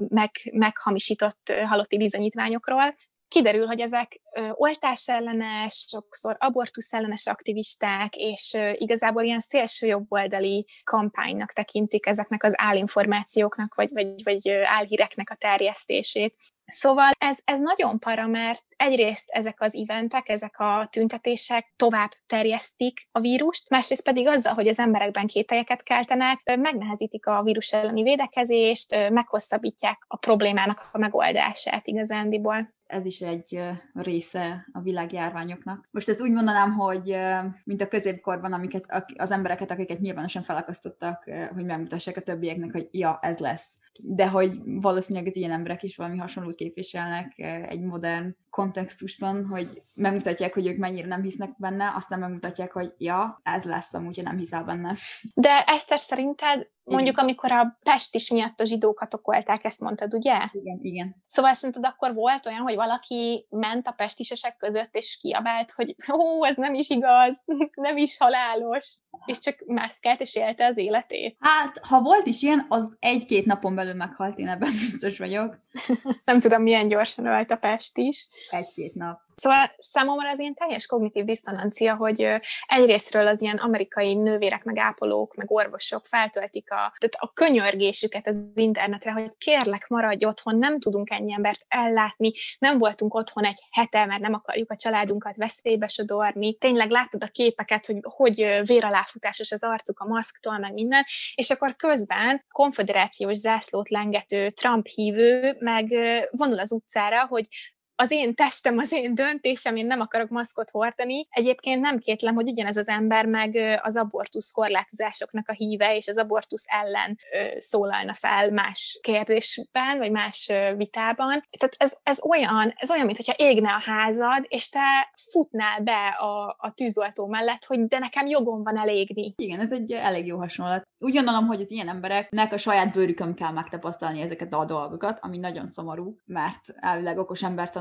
meghamisított halotti bizonyítványokról. Kiderül, hogy ezek oltásellenes, sokszor abortuszellenes aktivisták, és igazából ilyen szélső jobboldali kampánynak tekintik ezeknek az álinformációknak, vagy álhíreknek a terjesztését. Szóval ez nagyon para, mert egyrészt ezek az eventek, ezek a tüntetések tovább terjesztik a vírust, másrészt pedig azzal, hogy az emberekben kételyeket keltenek, megnehezítik a vírus elleni védekezést, meghosszabbítják a problémának a megoldását igazándiból. Ez is egy része a világjárványoknak. Most ezt úgy mondanám, hogy mint a középkorban, az embereket, akiket nyilvánosan felakasztottak, hogy megmutassák a többieknek, hogy ja, ez lesz. De hogy valószínűleg az ilyen emberek is valami hasonlót képviselnek egy modern kontextusban, hogy megmutatják, hogy ők mennyire nem hisznek benne, aztán megmutatják, hogy ja, ez lesz amúgy, nem hiszel benne. De Eszter, szerinted mondjuk, amikor a pestis miatt a zsidókat okolták, ezt mondtad, ugye? Igen. Szóval szerinted akkor volt olyan, hogy valaki ment a pestisesek között, és kiabált, hogy ez nem is igaz, nem is halálos, és csak mászkált, és élte az életét? Hát, ha volt is ilyen, az 1-2 napon belül meghalt, én ebben biztos vagyok. Nem tudom, milyen gyorsan ölt a pestis. 1-2 nap. Szóval számomra az ilyen teljes kognitív diszonancia, hogy egyrészről az ilyen amerikai nővérek, meg ápolók, meg orvosok feltöltik a könyörgésüket az internetre, hogy kérlek, maradj otthon, nem tudunk ennyi embert ellátni, nem voltunk otthon egy hete, mert nem akarjuk a családunkat veszélybe sodorni. Tényleg láttad a képeket, hogy véraláfutásos az arcuk a maszktól, meg minden, és akkor közben konföderációs zászlót lengető Trump hívő meg vonul az utcára, hogy az én testem, az én döntésem, én nem akarok maszkot hordani. Egyébként nem kétlem, hogy ugyanez az ember meg az abortusz korlátozásoknak a híve, és az abortusz ellen szólalna fel más kérdésben, vagy más vitában. Tehát ez olyan, mintha égne a házad, és te futnál be a tűzoltó mellett, hogy de nekem jogom van elégni. Igen, ez egy elég jó hasonlat. Úgy gondolom, hogy az ilyen embereknek a saját bőrükön kell megtapasztalni ezeket a dolgokat, ami nagyon szomorú, mert elvileg okos embertan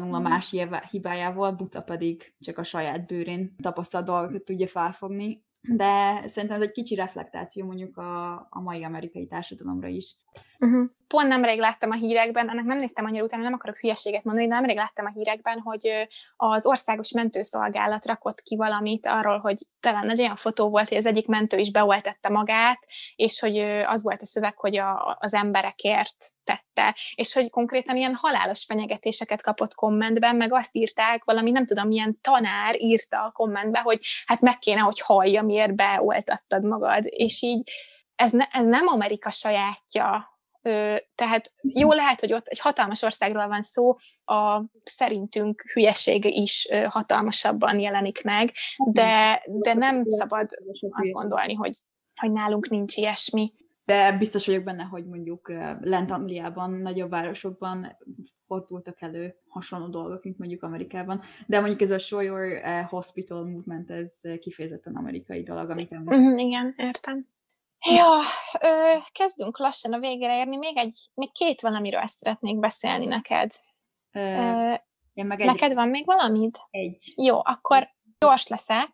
tanul a más hibájával, buta pedig csak a saját bőrén tapasztalt dolgokat tudja felfogni. De szerintem ez egy kicsi reflektáció mondjuk a mai amerikai társadalomra is. Pont nemrég láttam a hírekben, ennek nem néztem annyira utána, nem akarok hülyeséget mondani, de nemrég láttam a hírekben, hogy az országos mentőszolgálat rakott ki valamit arról, hogy talán egy olyan fotó volt, hogy az egyik mentő is beoltette magát, és hogy az volt a szöveg, hogy az emberekért tette, és hogy konkrétan ilyen halálos fenyegetéseket kapott kommentben, meg azt írták, valami nem tudom, milyen tanár írta a kommentbe, hogy hát meg kéne, hogy hallja, miért beoltattad magad, és így ez nem Amerika sajátja, tehát jó lehet, hogy ott egy hatalmas országról van szó, szerintünk hülyeség is hatalmasabban jelenik meg, de nem szabad azt gondolni, hogy nálunk nincs ilyesmi. De biztos vagyok benne, hogy mondjuk lent Angliában, nagyobb városokban fordultak elő hasonló dolgok, mint mondjuk Amerikában. De mondjuk ez a Show Your Hospital movement, ez kifejezetten amerikai dolog, amiket... Igen, értem. Ja, kezdünk lassan a végére érni. Még két valamiről szeretnék beszélni neked. Neked van még valamit? Egy. Jó, akkor gyors leszek.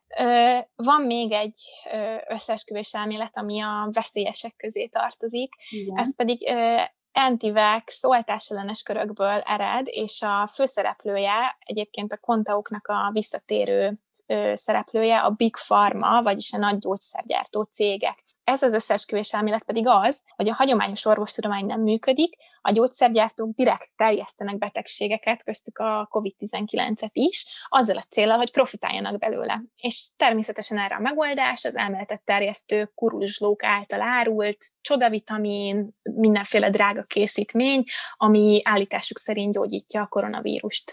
Van még egy összeesküvés elmélet, ami a veszélyesek közé tartozik. Igen. Ez pedig anti-vax, oltásellenes körökből ered, és a főszereplője egyébként a kontauknak a visszatérő szereplője a Big Pharma, vagyis a nagy gyógyszergyártó cégek. Ez az összeesküvés elmélet pedig az, hogy a hagyományos orvostudomány nem működik, a gyógyszergyártók direkt terjesztenek betegségeket, köztük a COVID-19-et is, azzal a céllal, hogy profitáljanak belőle. És természetesen erre a megoldás az elméletet terjesztő kuruzslók által árult csodavitamin, mindenféle drága készítmény, ami állításuk szerint gyógyítja a koronavírust.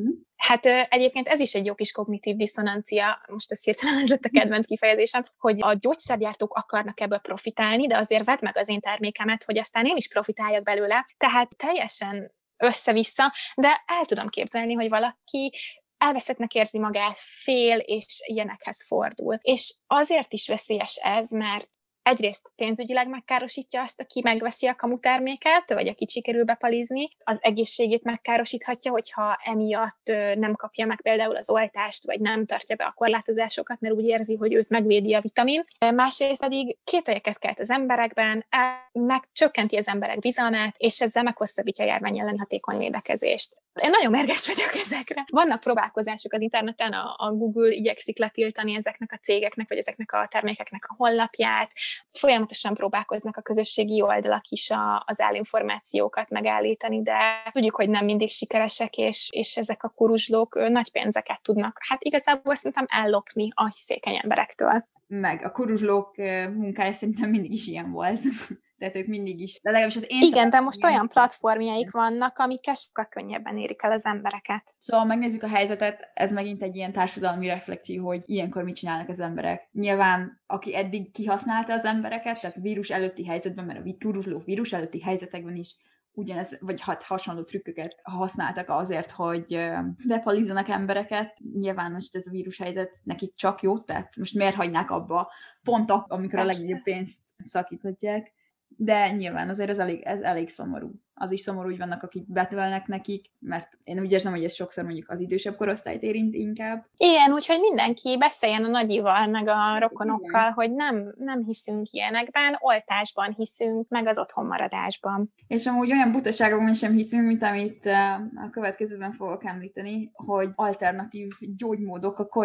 Hát egyébként ez is egy jó kis kognitív diszonancia, most ez hirtelen ez lett a kedvenc kifejezésem, hogy a gyógyszergyártók akarnak ebből profitálni, de azért vedd meg az én termékemet, hogy aztán én is profitáljak belőle, tehát teljesen össze-vissza, de el tudom képzelni, hogy valaki elveszettnek érzi magát, fél, és ilyenekhez fordul. És azért is veszélyes ez, mert egyrészt pénzügyileg megkárosítja azt, aki megveszi a kamuterméket, vagy aki sikerül bepalizni, az egészségét megkárosíthatja, hogyha emiatt nem kapja meg például az oltást, vagy nem tartja be a korlátozásokat, mert úgy érzi, hogy őt megvédi a vitamin. Másrészt pedig kételyeket kelt az emberekben, megcsökkenti az emberek bizalmát, és ezzel meghosszabbítja a járvány ellen hatékony védekezést. Én nagyon mérges vagyok ezekre. Vannak próbálkozások az interneten, a Google igyekszik letiltani ezeknek a cégeknek, vagy ezeknek a termékeknek a honlapját. Folyamatosan próbálkoznak a közösségi oldalak is az állinformációkat megállítani, de tudjuk, hogy nem mindig sikeresek, és ezek a kuruzslók nagy pénzeket tudnak. Hát igazából szerintem ellopni a hiszékeny emberektől. Meg a kuruzslók munkája szerintem mindig is ilyen volt. Tehát ők mindig is. De legalábbis az én igen, de most olyan platformjaik vannak, amikkel sokkal könnyebben érik el az embereket. Szóval megnézzük a helyzetet, ez megint egy ilyen társadalmi reflexió, hogy ilyenkor mit csinálnak az emberek. Nyilván, aki eddig kihasználta az embereket, tehát a vírus előtti helyzetben, mert a kuruzslók vírus előtti helyzetekben is ugyanez, vagy hasonló trükköket használtak azért, hogy bepalizzanak embereket. Nyilván most ez a vírushelyzet nekik csak jó, tehát most miért hagynák abba pont amikor a legnagyobb pénzt szakíthatják. De nyilván azért ez elég szomorú. Az is szomorú, hogy vannak, akik betölnek nekik, mert én úgy érzem, hogy ez sokszor mondjuk az idősebb korosztályt érint inkább. Igen, úgyhogy mindenki beszéljen a nagyival, meg a rokonokkal, igen, hogy nem hiszünk ilyenekben, oltásban hiszünk, meg az otthonmaradásban. És amúgy olyan butaságokban sem hiszünk, mint amit a következőben fogok említeni, hogy alternatív gyógymódok a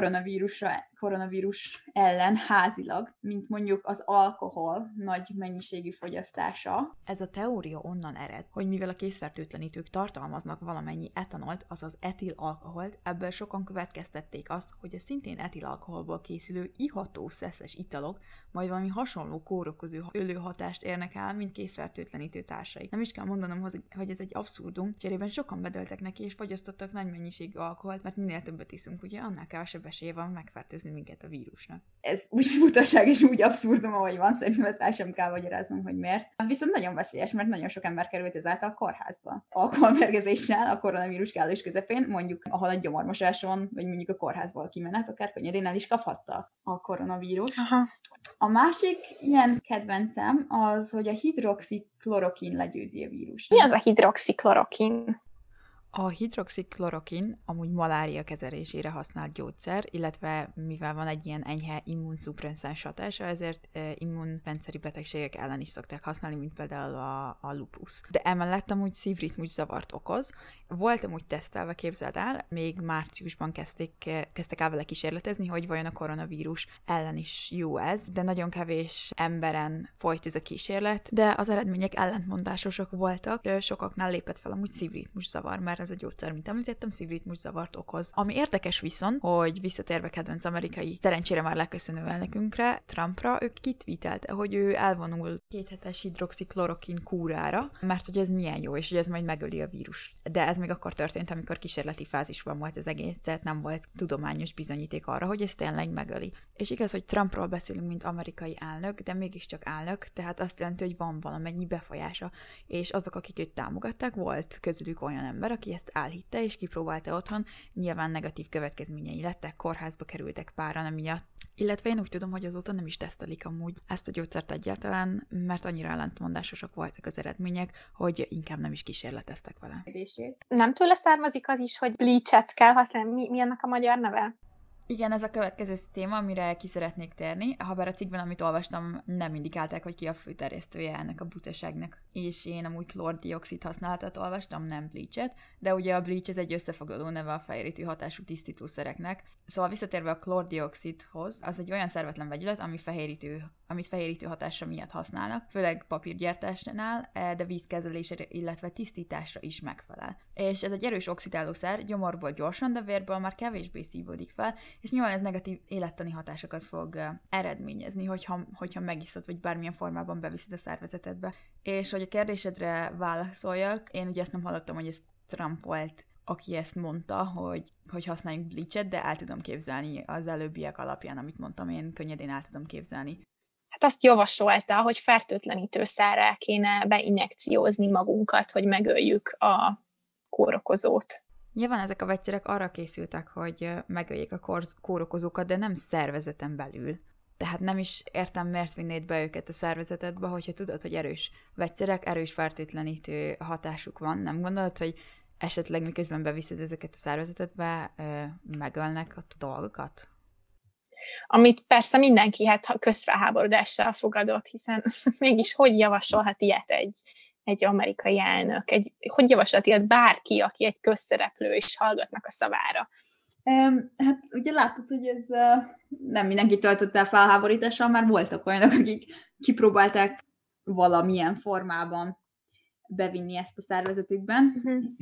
koronavírus ellen házilag, mint mondjuk az alkohol nagy mennyiségű fogyasztása. Ez a teória onnan ered, hogy mivel a készfertőtlenítők tartalmaznak valamennyi etanolt, azaz etilalkoholt, ebből sokan következtették azt, hogy a szintén etilalkoholból készülő iható szeszes italok majd valami hasonló kórokozó ölőhatást érnek el, mint készfertőtlenítő társai. Nem is kell mondanom, hogy ez egy abszurdum, cserében sokan bedöltek neki és fogyasztottak nagy mennyiségű alkoholt, mert minél többet iszunk, ugye annál kevesebb esélye van megfertőzni minket a vírusnak. Ez úgy butaság és úgy abszurdum, ahogy van, szerintem ezt el sem kell magyaráznom, hogy miért. Viszont nagyon veszélyes, mert nagyon sok ember került ezáltal kórházba. Alkoholmérgezéssel a koronavírus kellős közepén, mondjuk ahol egy gyomormosáson, vagy mondjuk a kórházból kimenet, akár könnyedén el is kaphatta a koronavírus. Aha. A másik ilyen kedvencem az, hogy a hidroxiklorokin legyőzi a vírust. Mi az a hidroxiklorokin? A hidroxiklorokin amúgy malária kezelésére használt gyógyszer, illetve mivel van egy ilyen enyhe immunszupresszens hatása, ezért immunrendszeri betegségek ellen is szokták használni, mint például a lupus. De emellett amúgy szívritmus zavart okoz. Volt amúgy tesztelve, képzeld el, még márciusban kezdtek el vele kísérletezni, hogy vajon a koronavírus ellen is jó ez, de nagyon kevés emberen folyt ez a kísérlet, de az eredmények ellentmondásosak voltak, sokaknál lépett fel amúgy szívritmus zavar, mert ez a gyógyszer, mint említettem, szívritmus zavart okoz. Ami érdekes viszont, hogy visszatérve kedvenc amerikai, szerencsére már leköszönő elnökünkre, Trumpra, ő kitvítelte, hogy ő elvonul 2 hetes hidroxiklorokin kúrára, mert hogy ez milyen jó, és hogy ez majd megöli a vírus. De ez még akkor történt, amikor kísérleti fázisban volt az egész, tehát nem volt tudományos bizonyíték arra, hogy ez tényleg megöli. És igaz, hogy Trumpról beszélünk, mint amerikai elnök, de mégiscsak elnök, tehát azt jelenti, hogy van valamennyi befolyása, és azok, akik őt támogatták, volt közülük olyan ember, aki ezt elhitte, és kipróbálta otthon, nyilván negatív következményei lettek, kórházba kerültek páran emiatt. Illetve én úgy tudom, hogy azóta nem is tesztelik amúgy ezt a gyógyszert egyáltalán, mert annyira ellentmondásosak voltak az eredmények, hogy inkább nem is kísérleteztek vele. Nem tőle származik az is, hogy bleach-et kell használni? Mi ennek a magyar neve? Igen, ez a következő téma, amire ki szeretnék térni. Habár a cikkben, amit olvastam, nem indikálták, hogy ki a főterjesztője ennek a butaságnak. És én amúgy klórdioxid használatát olvastam, nem bleach-et, de ugye a bleach ez egy összefoglaló neve a fejérítő hatású tisztítószereknek. Szóval visszatérve a klórdioxidhoz, az egy olyan szervetlen vegyület, amit fehérítő hatása miatt használnak, főleg papírgyártásnál, de vízkezelésre, illetve tisztításra is megfelel. És ez egy erős oxidálószer, gyomorból gyorsan, de vérből már kevésbé szívódik fel, és nyilván ez negatív élettani hatásokat fog eredményezni, hogyha megiszod, vagy bármilyen formában beviszed a szervezetedbe. És hogy a kérdésedre válaszoljak, én ugye ezt nem hallottam, hogy ez Trump volt, aki ezt mondta, hogy használjunk bleach-et, de el tudom képzelni az előbbiek alapján, amit mondtam, én könnyedén el tudom képzelni. Hát azt javasolta, hogy fertőtlenítőszerrel kéne beinjekciózni magunkat, hogy megöljük a kórokozót. Nyilván ezek a vegyszerek arra készültek, hogy megöljék a kórokozókat, de nem szervezeten belül. Tehát nem is értem, miért vinnéd be őket a szervezetedbe, hogyha tudod, hogy erős vegyszerek, erős fertőtlenítő hatásuk van. Nem gondolod, hogy esetleg miközben beviszed ezeket a szervezetedbe, megölnek a dolgokat? Amit persze mindenki közfelháborodással fogadott, hiszen mégis hogy javasolhat ilyet egy amerikai elnök? Hogy javasolhat ilyet bárki, aki egy közszereplő, és hallgatnak a szavára? Hát ugye látod, hogy ez nem mindenki töltött el felháborítással, már voltak olyanok, akik kipróbálták valamilyen formában bevinni ezt a szervezetükben.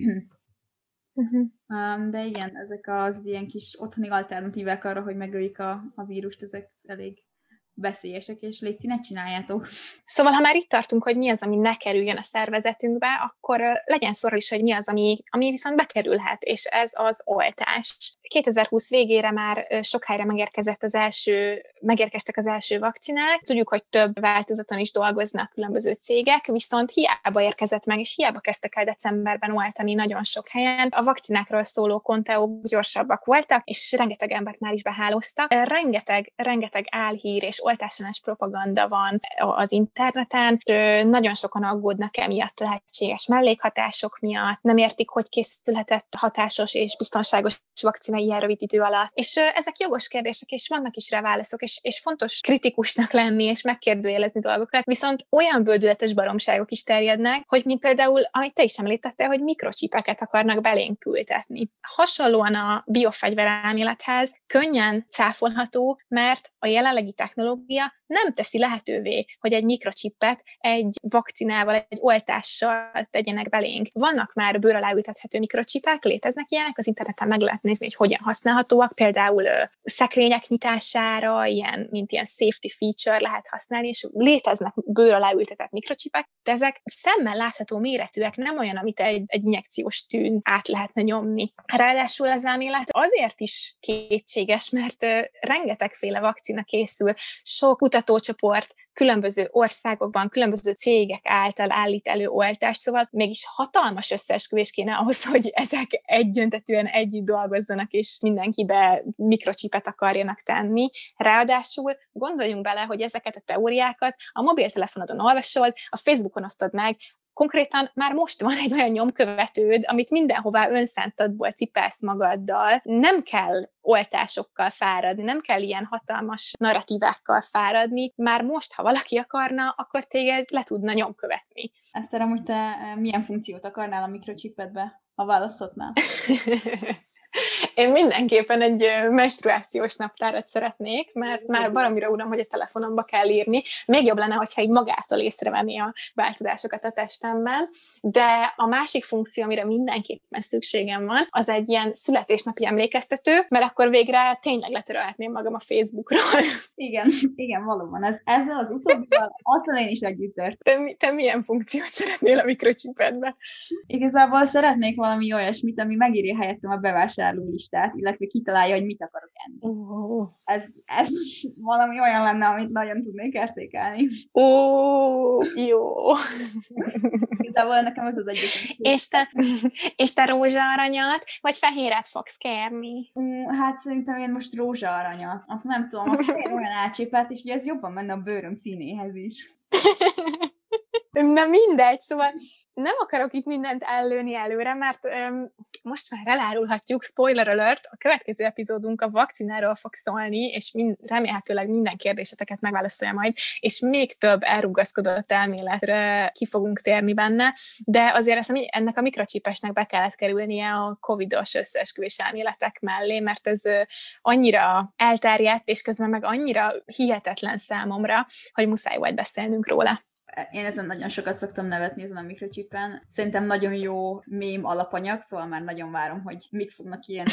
De igen, ezek az ilyen kis otthoni alternatívák arra, hogy megöljük a vírust, ezek elég veszélyesek, és légy ne csináljátok. Szóval, ha már itt tartunk, hogy mi az, ami ne kerüljön a szervezetünkbe, akkor legyen szó is, hogy mi az, ami viszont bekerülhet, és ez az oltás. 2020 végére már sok helyre megérkeztek az első vakcinák. Tudjuk, hogy több változaton is dolgoznak különböző cégek, viszont hiába érkezett meg, és hiába kezdtek el decemberben oltani nagyon sok helyen. A vakcinákról szóló konteók gyorsabbak voltak, és rengeteg embert már is behálóztak. Rengeteg álhír és oltásellenes propaganda van az interneten. Nagyon sokan aggódnak emiatt lehetséges mellékhatások miatt, nem értik, hogy készülhetett hatásos és biztonságos vakcina ilyen rövid idő alatt. És ezek jogos kérdések, és vannak is rá válaszok, és fontos kritikusnak lenni, és megkérdőjelezni dolgokat, viszont olyan bődületes baromságok is terjednek, hogy mint például, amit te is említettél, hogy mikrocsipeket akarnak belénk ültetni. Hasonlóan a biofegyverelmélethez könnyen cáfolható, mert a jelenlegi technológia nem teszi lehetővé, hogy egy mikrocsipet egy vakcinával, egy oltással tegyenek belénk. Vannak már bőr alá ültethető mikrocsipek, léteznek ilyenek, az interneten meg lehet nézni, hogy hogyan használhatóak, például szekrények nyitására, mint ilyen safety feature lehet használni, és léteznek bőr alá ültetett mikrocsipek, de ezek szemmel látható méretűek, nem olyan, amit egy injekciós tűn át lehetne nyomni. Ráadásul az elmélet azért is kétséges, mert rengetegféle vakcina készül, sok kutatócsoport különböző országokban, különböző cégek által állít elő oltást, szóval mégis hatalmas összeesküvés kéne ahhoz, hogy ezek egyöntetűen együtt dolgozzanak, és mindenkibe mikrocsipet akarjanak tenni. Ráadásul gondoljunk bele, hogy ezeket a teóriákat a mobiltelefonodon olvasod, a Facebookon osztod meg, konkrétan már most van egy olyan nyomkövetőd, amit mindenhová önszántadból cipelsz magaddal. Nem kell oltásokkal fáradni, nem kell ilyen hatalmas narratívákkal fáradni. Már most, ha valaki akarna, akkor téged le tudna nyomkövetni. Eszter, amúgy te milyen funkciót akarnál a mikrochipedbe, ha választhatnál? Én mindenképpen egy menstruációs naptárat szeretnék, mert már baromira uram, hogy a telefonomba kell írni. Még jobb lenne, hogyha így magától észrevenni a változásokat a testemben. De a másik funkció, amire mindenképpen szükségem van, az egy ilyen születésnapi emlékeztető, mert akkor végre tényleg letörölhetném magam a Facebookról. Igen, valóban. Ezzel az utóbbival azzal én is együttért. Te milyen funkciót szeretnél a mikrochipedbe? Igazából szeretnék valami olyasmit, ami megírja helyettem a bevásárlólistát, illetve kitalálja, hogy mit akarok enni. Ez valami olyan lenne, amit nagyon tudnék értékelni. Jó. Igazából nekem ez az egyik. És te rózsaaranyat, vagy fehéret fogsz kérni? Hát szerintem én most rózsaaranyat. Azt nem tudom, a fehér olyan elcsépelt, és ugye ez jobban menne a bőröm színéhez is. Na mindegy, szóval nem akarok itt mindent ellőni előre, mert most már elárulhatjuk, spoiler alert, a következő epizódunk a vakcináról fog szólni, és remélhetőleg minden kérdéseteket megválaszolja majd, és még több elrugaszkodott elméletre ki fogunk térni benne, de azért ennek a mikrocsipesnek be kellett kerülnie a covidos összeesküvés elméletek mellé, mert ez annyira elterjedt, és közben meg annyira hihetetlen számomra, hogy muszáj volt beszélnünk róla. Én ezen nagyon sokat szoktam nevetni ezen a mikrochipen. Szerintem nagyon jó mém alapanyag, szóval már nagyon várom, hogy mik fognak kijönni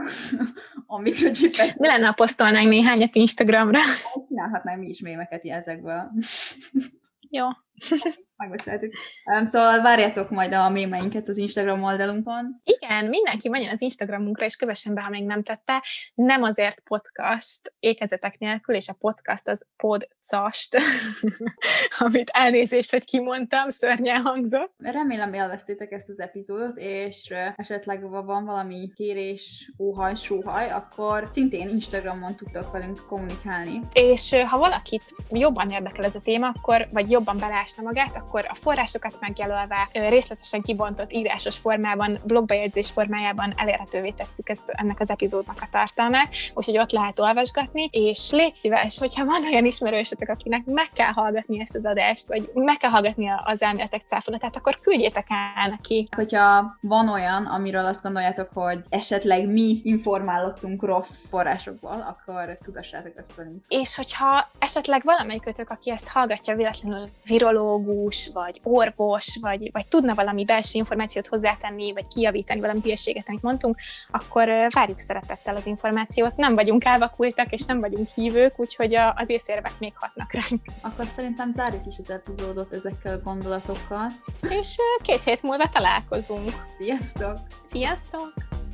a mikrochipet. Mi lenne, ha posztolnánk néhányat Instagramra? Csinálhatnánk mi is mémeket ezekből. Jó. Megbeszéltük. Szóval várjátok majd a mémeinket az Instagram oldalunkon. Igen, mindenki menjen az Instagramunkra, és kövessen be, ha még nem tette. Nem azért podcast ékezetek nélkül, és a podcast az podcast, amit elnézést, hogy kimondtam, szörnyen hangzott. Remélem élveztétek ezt az epizódot, és esetleg van valami kérés, óhaj, sóhaj, akkor szintén Instagramon tudtok velünk kommunikálni. És ha valakit jobban érdekel ez a téma, vagy jobban belásna magát, akkor a forrásokat megjelölve, részletesen kibontott írásos formában, blogbejegyzés formájában elérhetővé tesszük ennek az epizódnak a tartalmát, úgyhogy ott lehet olvasgatni, és légy szíves, hogyha van olyan ismerősötök, akinek meg kell hallgatni ezt az adást, vagy meg kell hallgatni az elméletek cáfolatát, akkor küldjétek el neki. Hogyha van olyan, amiről azt gondoljátok, hogy esetleg mi informálottunk rossz forrásokból, akkor tudassátok ezt velünk. És hogyha esetleg valamelyikötök, aki ezt hallgatja véletlenül virológus, vagy orvos, vagy tudna valami belső információt hozzátenni, vagy kijavítani valami hülyeséget, amit mondtunk, akkor várjuk szeretettel az információt. Nem vagyunk elvakultak, és nem vagyunk hívők, úgyhogy az észérvek még hatnak ránk. Akkor szerintem zárjuk is az epizódot ezekkel a gondolatokkal. És 2 hét múlva találkozunk. Sziasztok! Sziasztok!